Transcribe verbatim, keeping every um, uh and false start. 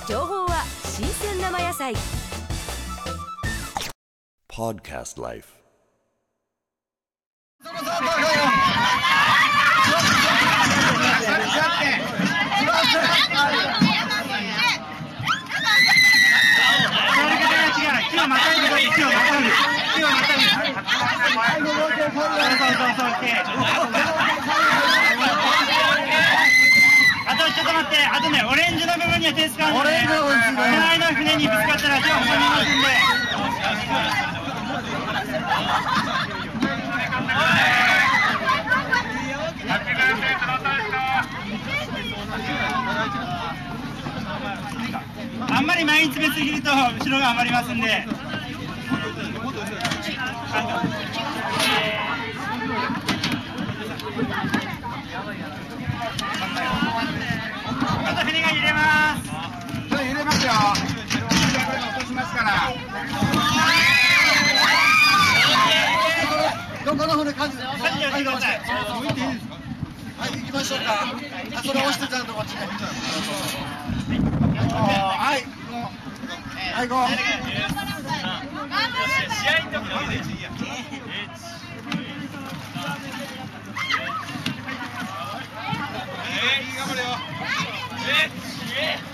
情報は新鮮生野菜。 Podcast Life。 あとちょっと待って、あとね、オレンジの部分には手使うんで、ね、隣の船にぶつかったら手を挟みますんで。あんまり前に詰めすぎると後ろが余りますんで。また船が揺れます。 それ揺れますよ。落としますから。どこの船感じですか。 舵をしてください。 はい、行きましょうか。あ、それ押してちゃんとこっちね。はい。はい、ゴー。 試合の時のいいです。頑張れよ。